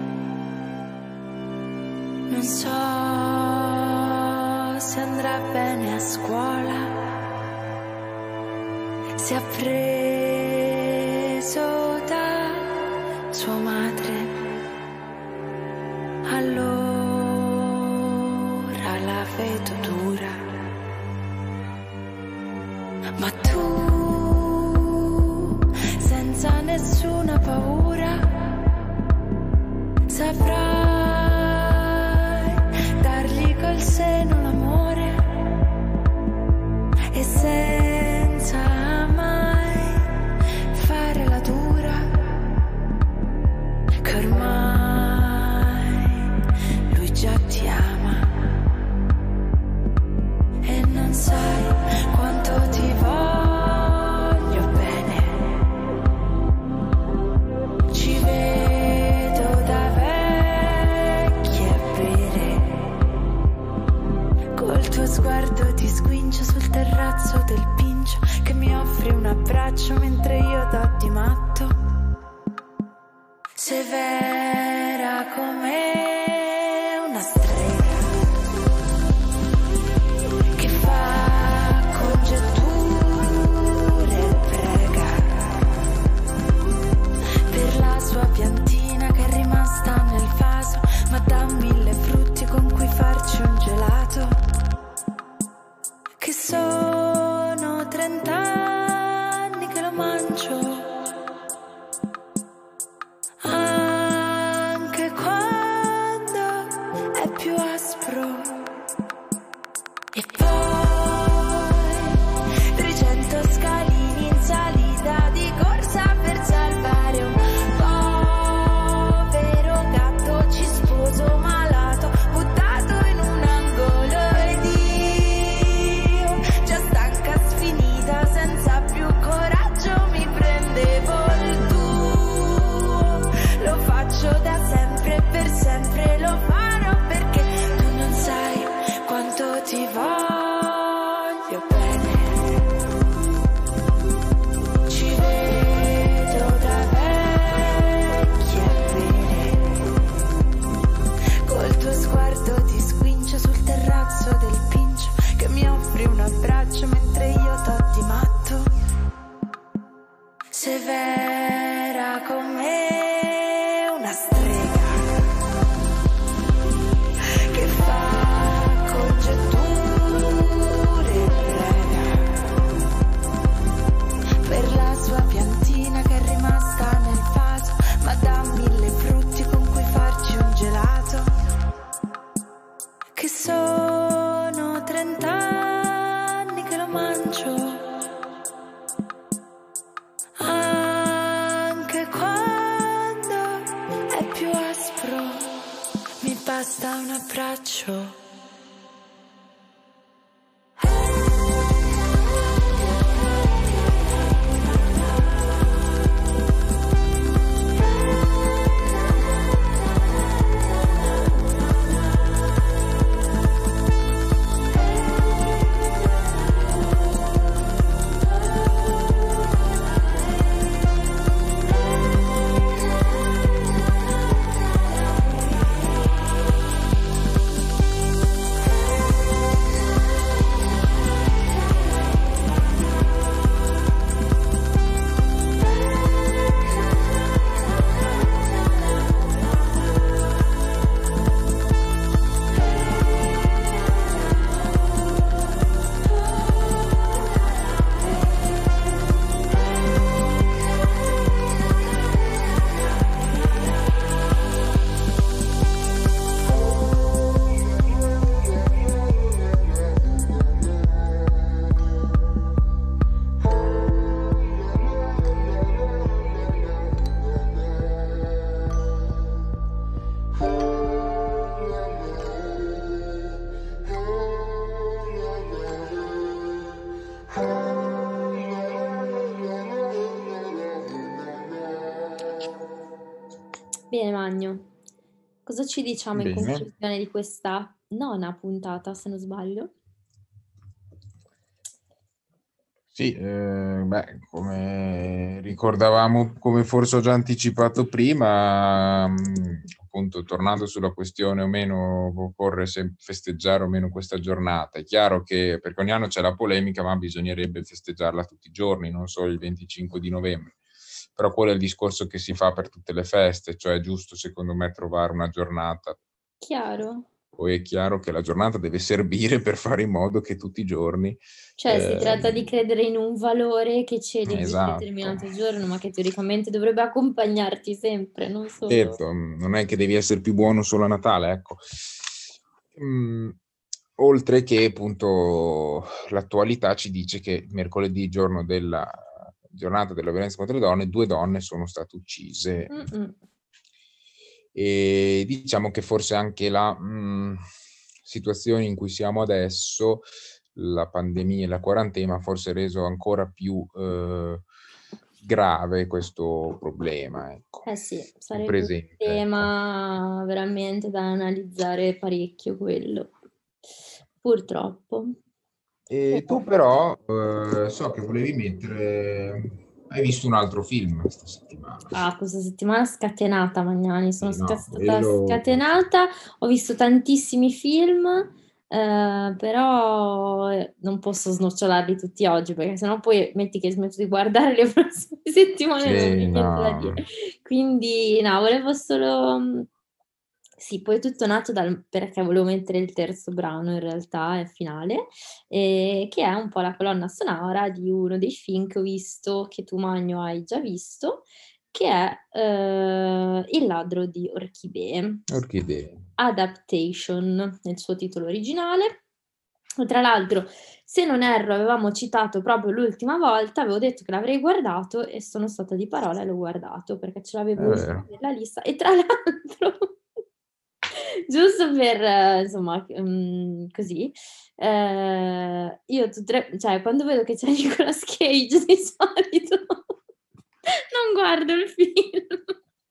non so se andrà bene a scuola, si è preso da sua madre, allora la vedo dura, ma tu senza nessuna paura saprai dargli col seno l'amore, e senza mai fare la dura, che ormai lui già ti ama e non sai quanto ti voglio bene. Ci vedo da vecchie a bere, col tuo sguardo ti squincio sul terrazzo del piano. braccio mentre io t'ho di matto. Severa come una strega che fa congetture e prega per la sua piantina che è rimasta nel vaso, ma da mille frutti con cui farci un gelato. Che sono trent'anni che lo mangio, anche quando è più aspro, mi basta un abbraccio. Bene, Magno, cosa ci diciamo in Bene. conclusione di questa nona puntata, se non sbaglio? Sì, eh, beh, come ricordavamo, come forse ho già anticipato prima, mh, appunto, tornando sulla questione o meno, occorre se festeggiare o meno questa giornata. È chiaro che perché ogni anno c'è la polemica, ma bisognerebbe festeggiarla tutti i giorni, non solo il venticinque di novembre. Però quello è il discorso che si fa per tutte le feste, cioè è giusto secondo me trovare una giornata. Chiaro? Poi è chiaro che la giornata deve servire per fare in modo che tutti i giorni... Cioè, si eh, tratta di credere in un valore che celebri Esatto. un determinato giorno, ma che teoricamente dovrebbe accompagnarti sempre, non solo... Certo, non è che devi essere più buono solo a Natale, ecco. Mm, oltre che appunto l'attualità ci dice che mercoledì, giorno della giornata della violenza contro le donne, due donne sono state uccise. Mm-mm. E diciamo che forse anche la mh, situazione in cui siamo adesso, la pandemia e la quarantena, forse ha reso ancora più eh, grave questo problema. Ecco. Eh sì, sarebbe presente, un tema ecco. veramente da analizzare parecchio quello, purtroppo. E tu però eh, so che volevi mettere... Hai visto un altro film questa settimana? Ah, questa settimana scatenata, Magnani, sono Sì, no, stata quello- scatenata, ho visto tantissimi film, eh, però eh, non posso snocciolarli tutti oggi, perché sennò poi metti che smetto di guardare le prossime settimane Sì, e non ho niente no. da dire. Quindi, no, volevo solo... Sì, poi è tutto nato dal, perché volevo mettere il terzo brano in realtà, è finale, eh, che è un po' la colonna sonora di uno dei film che ho visto, che tu Magno hai già visto, che è eh, Il ladro di Orchidee. Orchidee. Adaptation, nel suo titolo originale. Tra l'altro, se non erro, avevamo citato proprio l'ultima volta, avevo detto che l'avrei guardato e sono stata di parola e l'ho guardato perché ce l'avevo È vero. nella lista. E tra l'altro, giusto per, eh, insomma, um, così, eh, io tutte, cioè, quando vedo che c'è Nicolas Cage di solito, non guardo il film.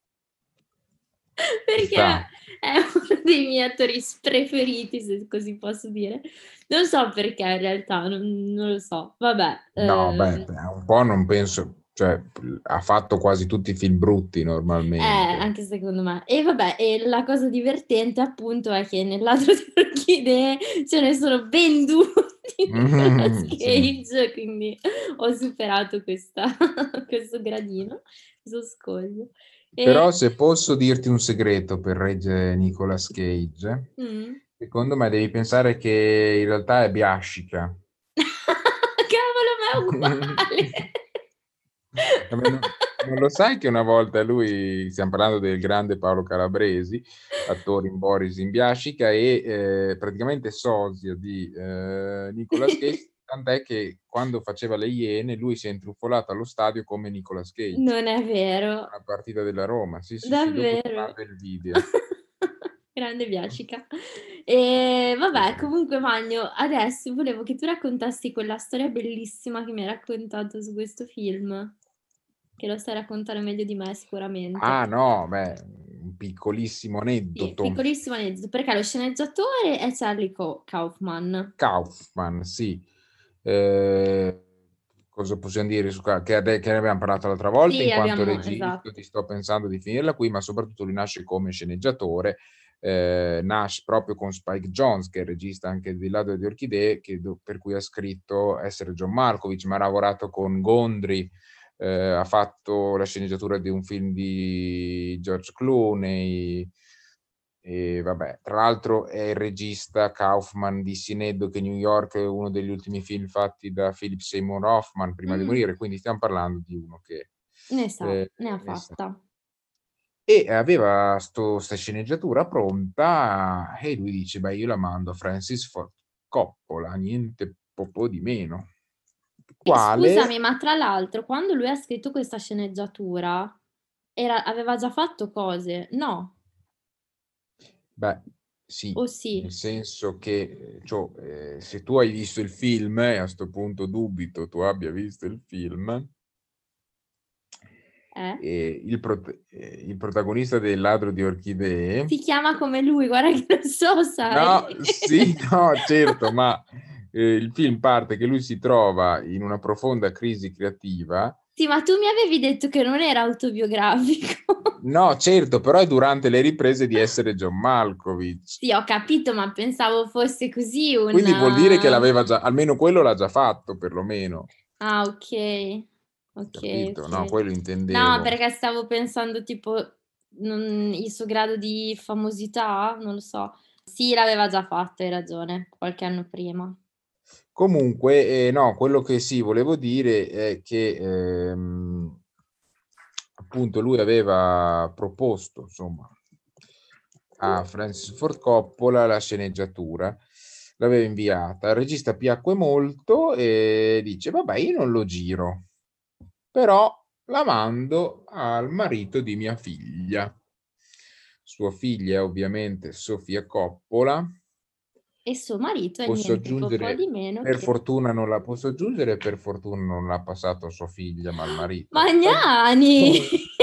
Perché Sta. è uno dei miei attori preferiti, se così posso dire. Non so perché in realtà, non, non lo so. Vabbè. No, eh, beh, un po' non penso, cioè ha fatto quasi tutti i film brutti normalmente. Eh, anche secondo me. E vabbè, e la cosa divertente appunto è che nel ladro di orchidee ce ne sono ben due di Nicolas Mm, sì. Cage, quindi ho superato questa questo gradino, questo scoglio. E Però se posso dirti un segreto per reggere Nicolas Cage, mh. secondo me devi pensare che in realtà è Biascica. Cavolo, ma è uguale! Vabbè, non, non lo sai che una volta lui, stiamo parlando del grande Paolo Calabresi, attore in Boris in Biascica e eh, praticamente sosia di eh, Nicolas Cage, tant'è che quando faceva le Iene lui si è intrufolato allo stadio come Nicolas Cage, Non è vero. una partita della Roma. Sì, sì, sì, dopo ti Davvero? mando il video. Grande Biascica. E Sì, vabbè, sì. comunque Magno, adesso volevo che tu raccontassi quella storia bellissima che mi hai raccontato su questo film, che lo sai raccontare meglio di me sicuramente. Ah no, beh, un piccolissimo Sì, aneddoto. piccolissimo aneddoto, perché lo sceneggiatore è Charlie Co- Kaufman. Kaufman, sì. Eh, cosa possiamo dire su qua? Che, ade- che ne abbiamo parlato l'altra volta Sì, in quanto abbiamo, regista, esatto. ti sto pensando di finirla qui, ma soprattutto lui nasce come sceneggiatore, eh, nasce proprio con Spike Jonze, che è il regista anche di Ladro di Orchidee, che do- per cui ha scritto Essere John Malkovich, ma ha lavorato con Gondry, eh, ha fatto la sceneggiatura di un film di George Clooney. E vabbè, tra l'altro è il regista Kaufman di Synecdoche New York, uno degli ultimi film fatti da Philip Seymour Hoffman prima di Mm, morire, quindi stiamo parlando di uno che ne sa, eh, ne ha ne sa. fatta. E aveva sto, sta sceneggiatura pronta e lui dice, beh, io la mando a Francis Ford Coppola, niente po' po' di meno. E Quale? scusami, ma tra l'altro, quando lui ha scritto questa sceneggiatura, era- aveva già fatto cose? No, Beh, sì, o nel sì? senso che eh, cioè, eh, se tu hai visto il film, e a sto punto dubito tu abbia visto il film, Eh? eh, il, prot- eh, il protagonista del Ladro di Orchidee, Si chiama come lui, guarda che lo so, sai. no, sì, no, certo, ma eh, il film parte che lui si trova in una profonda crisi creativa. Sì, ma tu mi avevi detto che non era autobiografico. No, certo, però è durante le riprese di Essere John Malkovich. Sì, ho capito, ma pensavo fosse così un... Quindi vuol dire che l'aveva già, almeno quello l'ha già fatto, perlomeno. Ah, ok. Ok, Capito? No, ok. quello No, intendevo. perché stavo pensando tipo non- il suo grado di famosità, non lo so. Sì, l'aveva già fatto, hai ragione, qualche anno prima. Comunque, eh, no, quello che sì, volevo dire è che ehm, appunto lui aveva proposto, insomma, a Francis Ford Coppola la sceneggiatura, l'aveva inviata, il regista piacque molto e dice, vabbè, io non lo giro, però la mando al marito di mia figlia. Sua figlia è ovviamente Sofia Coppola. E suo marito è Posso niente po' po' di aggiungere, meno per che... fortuna non la posso aggiungere, per fortuna non l'ha passato a sua figlia, ma al marito. Magnani!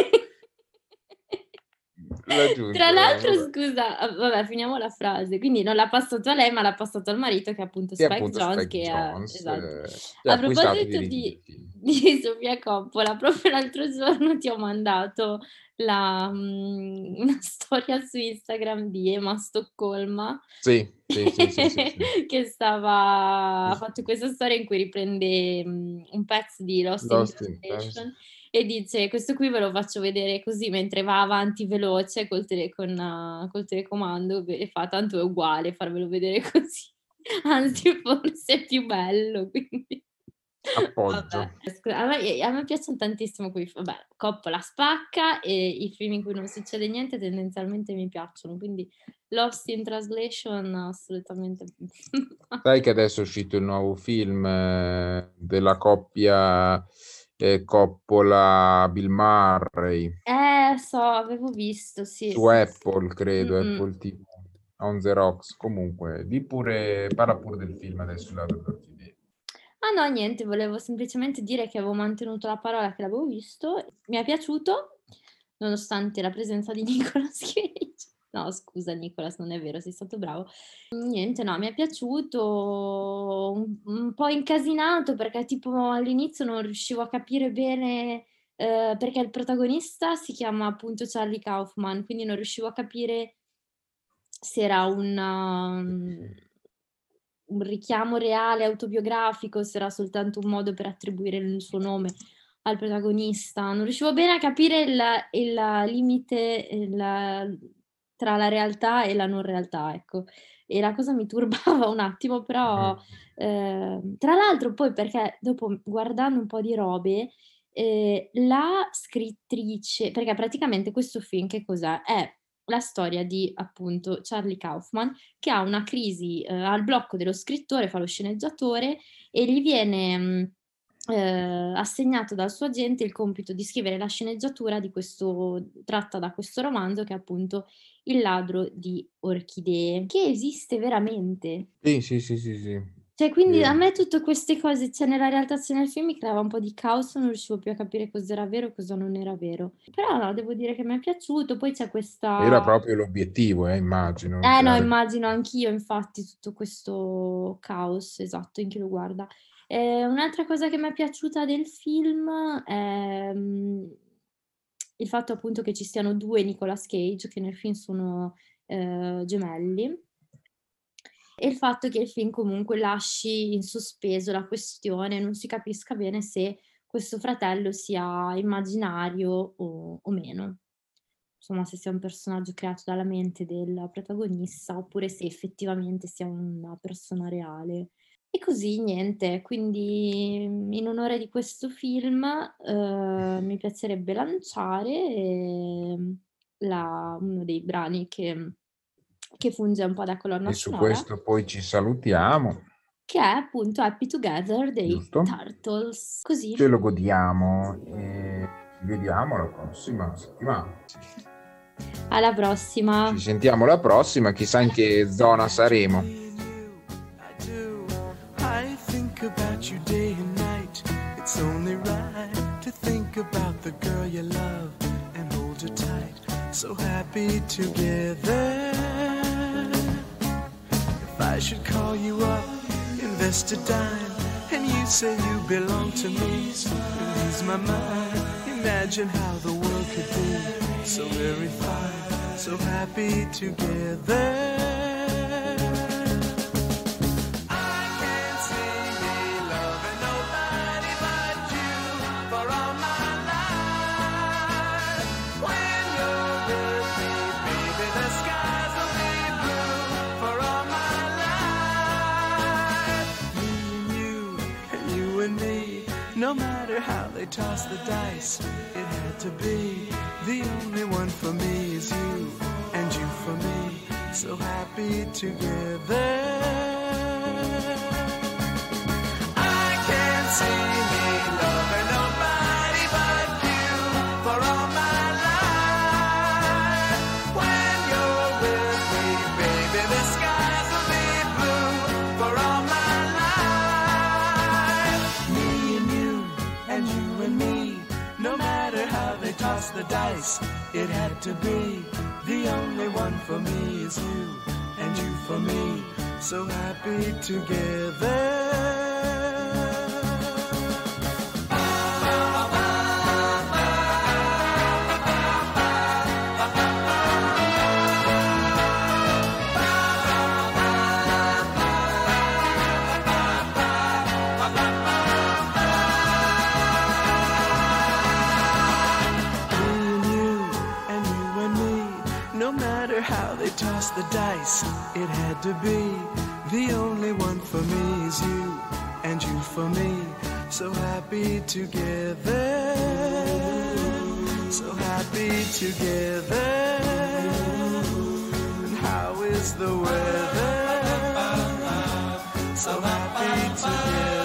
Tra L'aggiungo, l'altro, vabbè. scusa, ah, vabbè, finiamo la frase. Quindi non l'ha passato a lei, ma l'ha passato al marito, che è appunto Che è Spike appunto Jonze, Spike che è... Jonze, Esatto. eh, che ha A acquistato i proposito diritti di, del film. di Sofia Coppola, proprio l'altro giorno ti ho mandato la, mm, una storia su Instagram di Emma Stoccolma, Sì, sì, sì, sì, sì, sì. che stava... ha fatto questa storia in cui riprende mm, un pezzo di Lost in Lost in Translation. Translation e dice questo qui ve lo faccio vedere così mentre va avanti veloce col, tele- con, uh, col telecomando e fa tanto è uguale farvelo vedere così, anzi forse è più bello, quindi Appoggio. vabbè. Scusa, a me, a me piacciono tantissimo quei, vabbè, Coppola spacca e i film in cui non succede niente tendenzialmente mi piacciono, quindi Lost in Translation assolutamente. Sai che adesso è uscito il nuovo film eh, della coppia eh, Coppola-Bill Murray Eh, so, avevo visto, sì, su sì, sì. Apple, credo, Mm-mm. Apple ti vu, On the Rocks. Comunque, di pure, parla pure del film adesso, la Orchidea. Ah no, niente, volevo semplicemente dire che avevo mantenuto la parola che l'avevo visto. Mi è piaciuto, nonostante la presenza di Nicolas Cage. No, scusa Nicolas, non è vero, sei stato bravo. Niente, no, mi è piaciuto, un, un po' incasinato perché tipo all'inizio non riuscivo a capire bene, eh, perché il protagonista si chiama appunto Charlie Kaufman, quindi non riuscivo a capire se era un, um, un richiamo reale, autobiografico, se era soltanto un modo per attribuire il suo nome al protagonista. Non riuscivo bene a capire il, il limite il, tra la realtà e la non realtà, ecco. E la cosa mi turbava un attimo, però eh, tra l'altro poi perché dopo guardando un po' di robe, eh, la scrittrice, perché praticamente questo film che cos'è? È la storia di appunto Charlie Kaufman che ha una crisi eh, al blocco dello scrittore, fa lo sceneggiatore e gli viene mh, eh, assegnato dal suo agente il compito di scrivere la sceneggiatura di questo, tratta da questo romanzo che è appunto Il ladro di orchidee, che esiste veramente. Sì, sì, sì, sì, sì. Cioè, quindi Sì. a me tutte queste cose, cioè nella realtà sia nel film mi creava un po' di caos, non riuscivo più a capire cosa era vero e cosa non era vero. Però no, devo dire che mi è piaciuto, poi c'è questa... Era proprio l'obiettivo, eh, immagino. Eh no, Cioè, immagino anch'io, infatti, tutto questo caos, esatto, in chi lo guarda. Eh, un'altra cosa che mi è piaciuta del film è mm, il fatto appunto che ci siano due Nicolas Cage, che nel film sono eh, gemelli, e il fatto che il film comunque lasci in sospeso la questione, non si capisca bene se questo fratello sia immaginario o, o meno. Insomma, se sia un personaggio creato dalla mente del protagonista oppure se effettivamente sia una persona reale. E così niente, quindi in onore di questo film eh, mi piacerebbe lanciare eh, la- uno dei brani che, che funge un po' da colonna e su sonora, questo poi ci salutiamo, che è appunto Happy Together dei giusto? Turtles. Così. Ce lo godiamo e ci vediamo la prossima settimana. Alla prossima. Ci sentiamo la prossima, chissà in che zona saremo. I think about you day and night. It's only right to think about the girl you love and hold her tight. So happy together. If I should call you up, invest a dime, and you say you belong to me, lose my mind. Imagine how the world could be so very fine, so happy together. No matter how they toss the dice, it had to be. The only one for me is you, and you for me, so happy together. I can't see me loving nobody but you for all my life. When you're with me, baby, the skies will be blue for all my life. Me and you, and you and me, no matter how they toss the dice, it had to be. The only one for me is you, and you for me, so happy together. How they toss the dice, it had to be. The only one for me is you, and you for me, so happy together, so happy together. And how is the weather? So happy together.